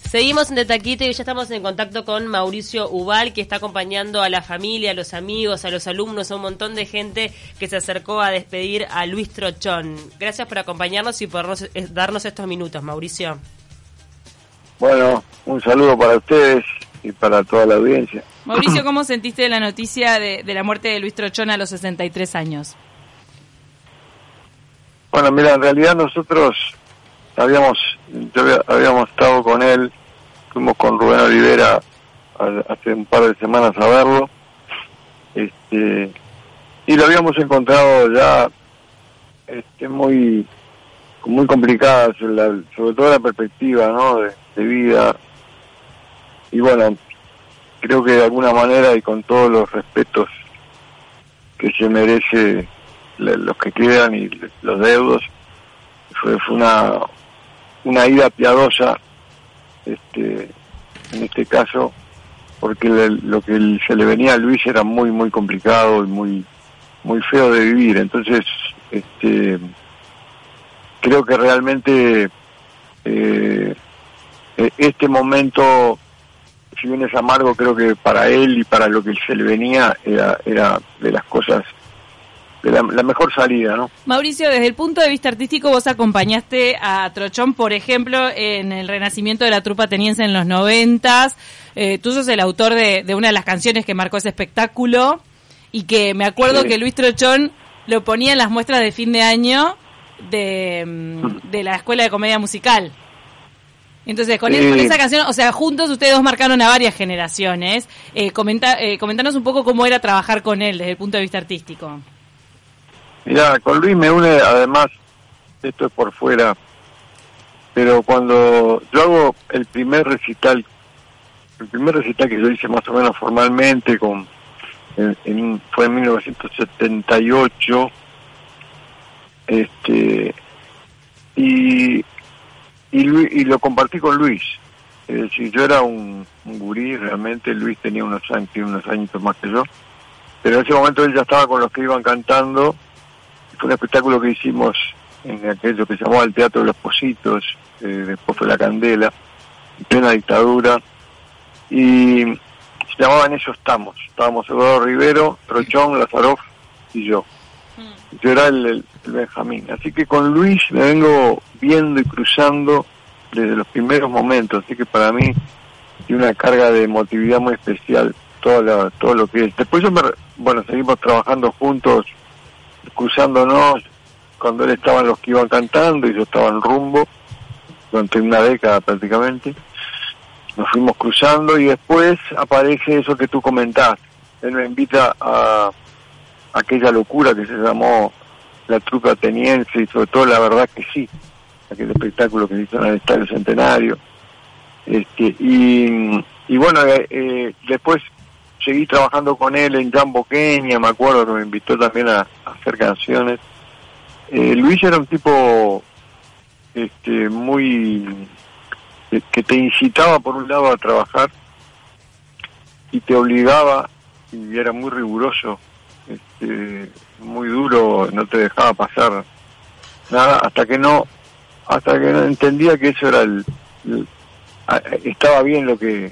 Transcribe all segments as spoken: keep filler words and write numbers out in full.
Seguimos en De Taquito y ya estamos en contacto con Mauricio Ubal, que está acompañando a la familia, a los amigos, a los alumnos, a un montón de gente que se acercó a despedir a Luis Trochón. Gracias por acompañarnos y por darnos estos minutos, Mauricio. Bueno, un saludo para ustedes y para toda la audiencia. Mauricio, ¿cómo sentiste la noticia de, de la muerte de Luis Trochón a los sesenta y tres años? Bueno, mira, en realidad nosotros habíamos yo había, habíamos estado con él, fuimos con Rubén Olivera a, hace un par de semanas a verlo, este y lo habíamos encontrado ya este muy muy complicada, sobre, la, sobre todo la perspectiva, ¿no?, de, de vida. Y bueno, creo que de alguna manera y con todos los respetos que se merece la, los que quedan y los deudos, fue, fue una una ida piadosa, este en este caso, porque le, lo que el, se le venía a Luis era muy muy complicado y muy muy feo de vivir. Entonces este creo que realmente eh, este momento, si bien es amargo, creo que para él y para lo que se le venía era, era de las cosas, de la, la mejor salida, ¿no? Mauricio, desde el punto de vista artístico, vos acompañaste a Trochón, por ejemplo, en el renacimiento de la trupa ateniense en los noventas. Eh, tú sos el autor de, de una de las canciones que marcó ese espectáculo, y que me acuerdo sí. que Luis Trochón lo ponía en las muestras de fin de año de, de la Escuela de Comedia Musical. Entonces, con, sí. el, con esa canción, o sea, juntos ustedes dos marcaron a varias generaciones. Eh, comenta, eh, comentanos un poco cómo era trabajar con él desde el punto de vista artístico. Mirá, con Luis me une, además, esto es por fuera, pero cuando yo hago el primer recital, el primer recital que yo hice más o menos formalmente, con en, en, fue en mil novecientos setenta y ocho, este, y, y, Luis, y lo compartí con Luis. Es decir, yo era un, un gurí, realmente. Luis tenía unos años, unos añitos más que yo, pero en ese momento él ya estaba con los que iban cantando. Fue un espectáculo que hicimos en aquello que se llamaba el Teatro de los Positos, eh, después fue La Candela, en plena dictadura, y se llamaba En Eso Estamos. Estábamos Eduardo Rivero, Trochón, Lazaroff y yo. Yo era el, el, el Benjamín. Así que con Luis me vengo viendo y cruzando desde los primeros momentos, así que para mí tiene una carga de emotividad muy especial todo lo, todo lo que es. Después yo me, bueno, seguimos trabajando juntos, cruzándonos, cuando él estaba en los que iban cantando y yo estaba en Rumbo, durante una década prácticamente. Nos fuimos cruzando y después aparece eso que tú comentás. Él me invita a aquella locura que se llamó la trupa ateniense, y sobre todo La Verdad que Sí, aquel espectáculo que se hizo en el Estadio Centenario. Este, y, y bueno, eh, eh, después seguí trabajando con él en Jambo Kenia, me acuerdo que me invitó también a, a hacer canciones. Eh, Luis era un tipo este, muy... Que, que te incitaba por un lado a trabajar y te obligaba, y era muy riguroso, este, muy duro, no te dejaba pasar nada hasta que no hasta que no entendía que eso era el, el estaba bien lo que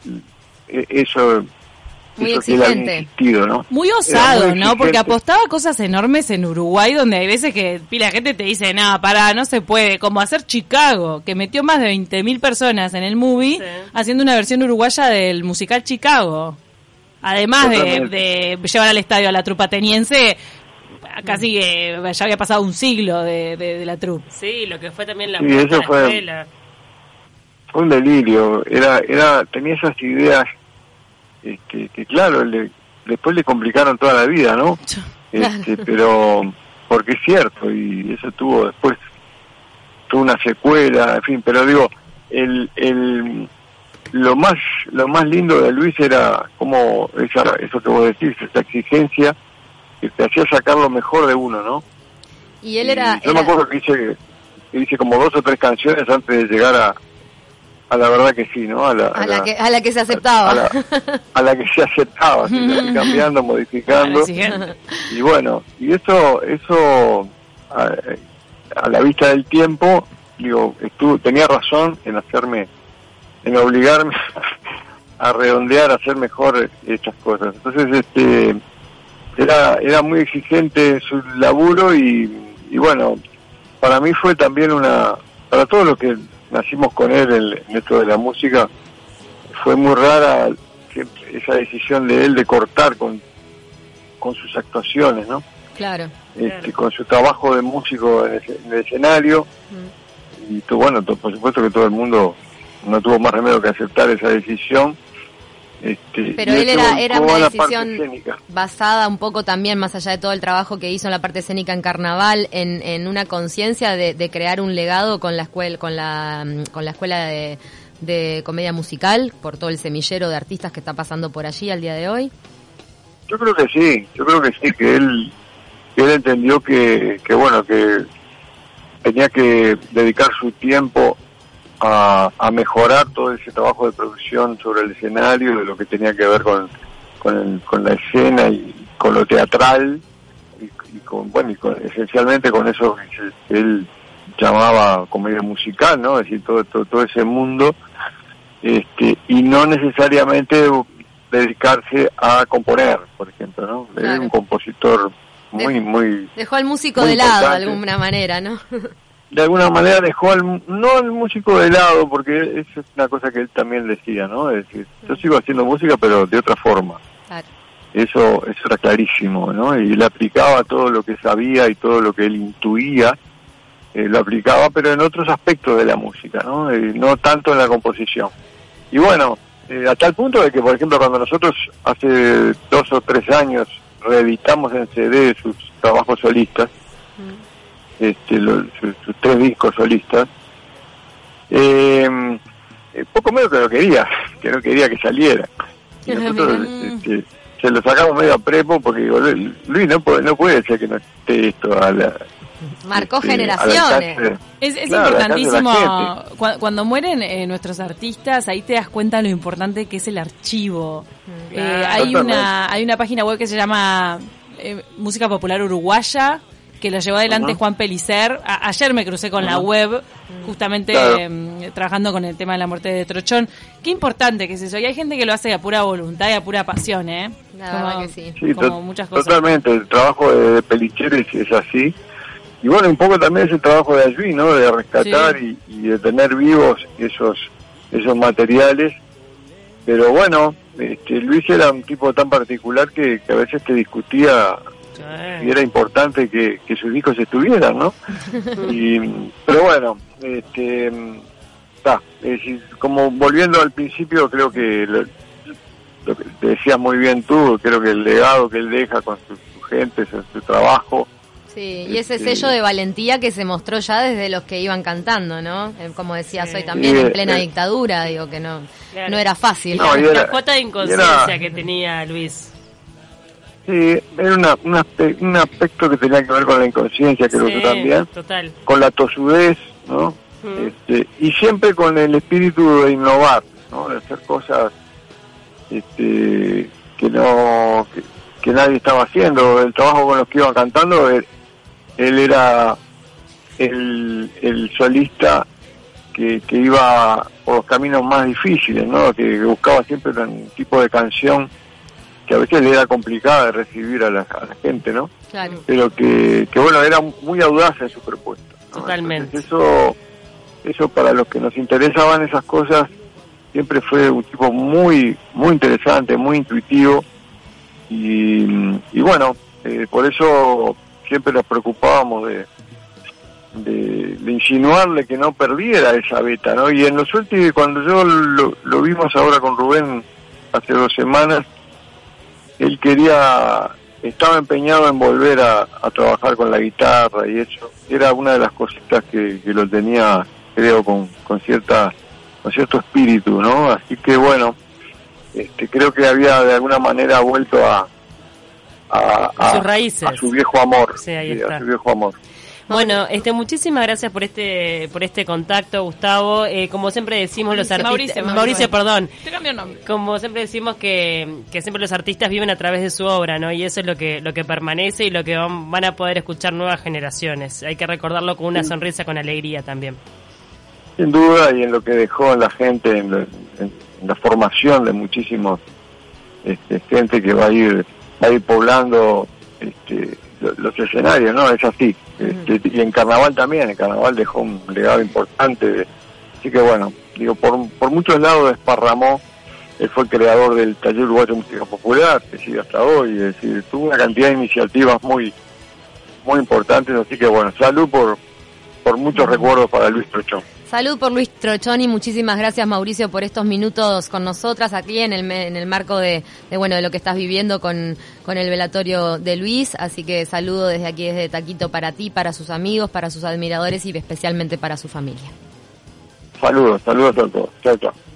eso muy eso exigente, que insistido, ¿no? Muy osado, muy ¿no? Porque apostaba cosas enormes en Uruguay, donde hay veces que la gente te dice, nada, pará, no se puede, como hacer Chicago, que metió más de veinte mil personas en el movie, sí, haciendo una versión uruguaya del musical Chicago. Además de, de llevar al estadio a la trupa ateniense, casi que ya había pasado un siglo de, de, de la trupa. Sí, lo que fue también la sí, eso fue, escuela. Fue un delirio, era, era, tenía esas ideas este, que claro, le, después le complicaron toda la vida, ¿no? Este, pero, porque es cierto, y eso tuvo después, tuvo una secuela, en fin, pero digo, el, el, lo más, lo más lindo de Luis era como esa, eso que vos decís, esa exigencia que te hacía sacar lo mejor de uno, ¿no? Y él era... Y yo era... me acuerdo que hice, que hice como dos o tres canciones antes de llegar a a la verdad que sí, ¿no? A la, a, a, la, la, que, a la que se aceptaba. A, a, la, a la que se aceptaba, ¿sí? Cambiando, modificando. Y bueno, y eso, eso a, a la vista del tiempo, digo, estuvo, tenía razón en hacerme en obligarme a redondear, a hacer mejor estas cosas. Entonces, este, era, era muy exigente en su laburo y, y bueno, para mí fue también una, para todos los que nacimos con él en, en esto de la música, fue muy rara esa decisión de él de cortar con, con sus actuaciones, ¿no? Claro. Este, con su trabajo de músico en el, en el escenario. Mm. Y to, bueno, to, por supuesto que todo el mundo no tuvo más remedio que aceptar esa decisión. Este, Pero él era, era una decisión basada un poco también, más allá de todo el trabajo que hizo en la parte escénica en Carnaval, en, en una conciencia de, de crear un legado con la escuela, con la, con la escuela de, de comedia musical, por todo el semillero de artistas que está pasando por allí al día de hoy. Yo creo que sí, yo creo que sí, que él, que él entendió que, que bueno, que tenía que dedicar su tiempo A, a mejorar todo ese trabajo de producción sobre el escenario, de lo que tenía que ver con con, el, con la escena y con lo teatral y, y con bueno y con, esencialmente con eso que él llamaba comedia musical, ¿no? Es decir, todo todo, todo ese mundo, este y no necesariamente dedicarse a componer, por ejemplo, ¿no? Claro. Era un compositor muy De, muy dejó al músico de lado de alguna manera, ¿no? De alguna manera dejó al, no al músico de lado, porque eso es una cosa que él también decía, ¿no? Es decir, yo sigo haciendo música, pero de otra forma. Claro. Eso, eso era clarísimo, ¿no? Y él aplicaba todo lo que sabía y todo lo que él intuía, eh, lo aplicaba, pero en otros aspectos de la música, ¿no? Eh, no tanto en la composición. Y bueno, eh, a tal punto de que, por ejemplo, cuando nosotros hace dos o tres años reeditamos en C D sus trabajos solistas, mm. Este, los, sus, sus tres discos solistas, eh, poco menos que no quería, que no quería que saliera. Y nosotros este, se lo sacamos medio a prepo porque digo, Luis, no puede, no puede ser que no esté esto a la... Marcó este, generaciones. De, es es claro, importantísimo, cuando, cuando mueren eh, nuestros artistas, ahí te das cuenta lo importante que es el archivo. Claro. Eh, hay, una, hay una página web que se llama eh, Música Popular Uruguaya, que lo llevó adelante uh-huh. Juan Pellicer. A- ayer me crucé con uh-huh. la web, justamente claro. eh, trabajando con el tema de la muerte de Trochón. Qué importante que es eso. Y hay gente que lo hace a pura voluntad y a pura pasión, ¿eh? La como, verdad que sí. sí como to- muchas cosas. Totalmente. El trabajo de Pellicer es, es así. Y bueno, un poco también es el trabajo de Ayuí, ¿no? De rescatar sí. y, y de tener vivos esos esos materiales. Pero bueno, este, Luis era un tipo tan particular que, que a veces te discutía... y era importante que, que sus hijos estuvieran, ¿no? Y, pero bueno, este, está, como volviendo al principio, creo que lo, lo que decías muy bien tú, creo que el legado que él deja con su, su gente, su, su trabajo. Sí, y ese este, sello de valentía que se mostró ya desde los que iban cantando, ¿no? Como decías sí. hoy también, sí, en plena eh, dictadura, digo que no, claro. no era fácil. No, la, era, la cuota de inconsciencia era, que tenía Luis. Sí, era una, una, un aspecto que tenía que ver con la inconsciencia, creo sí, que también, total. Con la tosudez, ¿no? Mm. Este, y siempre con el espíritu de innovar, ¿no? De hacer cosas este, que no que, que nadie estaba haciendo. El trabajo con los que iban cantando, él, él era el, el solista que, que iba por los caminos más difíciles, ¿no? Que, que buscaba siempre un tipo de canción que a veces le era complicada de recibir a la, a la gente, ¿no? Claro. Pero que, que bueno, era muy audaz en su propuesta, ¿no? Totalmente. Entonces eso, eso para los que nos interesaban esas cosas, siempre fue un tipo muy, muy interesante, muy intuitivo, y, y bueno, eh, por eso siempre nos preocupábamos de, de, de insinuarle que no perdiera esa beta, ¿no? Y en los últimos, cuando yo lo, lo vimos ahora con Rubén hace dos semanas, él quería, estaba empeñado en volver a, a trabajar con la guitarra y eso era una de las cositas que, que lo tenía, creo, con, con cierta, con cierto espíritu, ¿no? Así que bueno, este, creo que había de alguna manera vuelto a a, a, sus raíces, a su viejo amor, sí, ahí sí, está. a su viejo amor. Bueno, este, muchísimas gracias por este por este contacto, Gustavo. Eh, como siempre decimos los artistas, Mauricio, Mauricio, Mauricio perdón. Te cambio el nombre. Como siempre decimos que, que siempre los artistas viven a través de su obra, ¿no? Y eso es lo que lo que permanece y lo que van, van a poder escuchar nuevas generaciones. Hay que recordarlo con una sonrisa, con alegría también. Sin duda, y en lo que dejó en la gente, en, lo, en, en la formación de muchísimos este, gente que va a ir va a ir poblando este, los, los escenarios, ¿no? Es así. Uh-huh. Este, y en Carnaval también, el Carnaval dejó un legado importante. De, así que bueno, digo, por, por muchos lados desparramó. Él fue el creador del Taller Uruguayo de Música Popular, que sigue hasta hoy, es decir, tuvo una cantidad de iniciativas muy muy importantes, así que bueno, salud por por muchos uh-huh. recuerdos para Luis Trochón. Salud por Luis Trochón y muchísimas gracias, Mauricio, por estos minutos con nosotras aquí en el en el marco de, de bueno de lo que estás viviendo con, con el velatorio de Luis. Así que saludo desde aquí, desde Taquito, para ti, para sus amigos, para sus admiradores y especialmente para su familia. Saludos, saludos a todos. Chao, chao.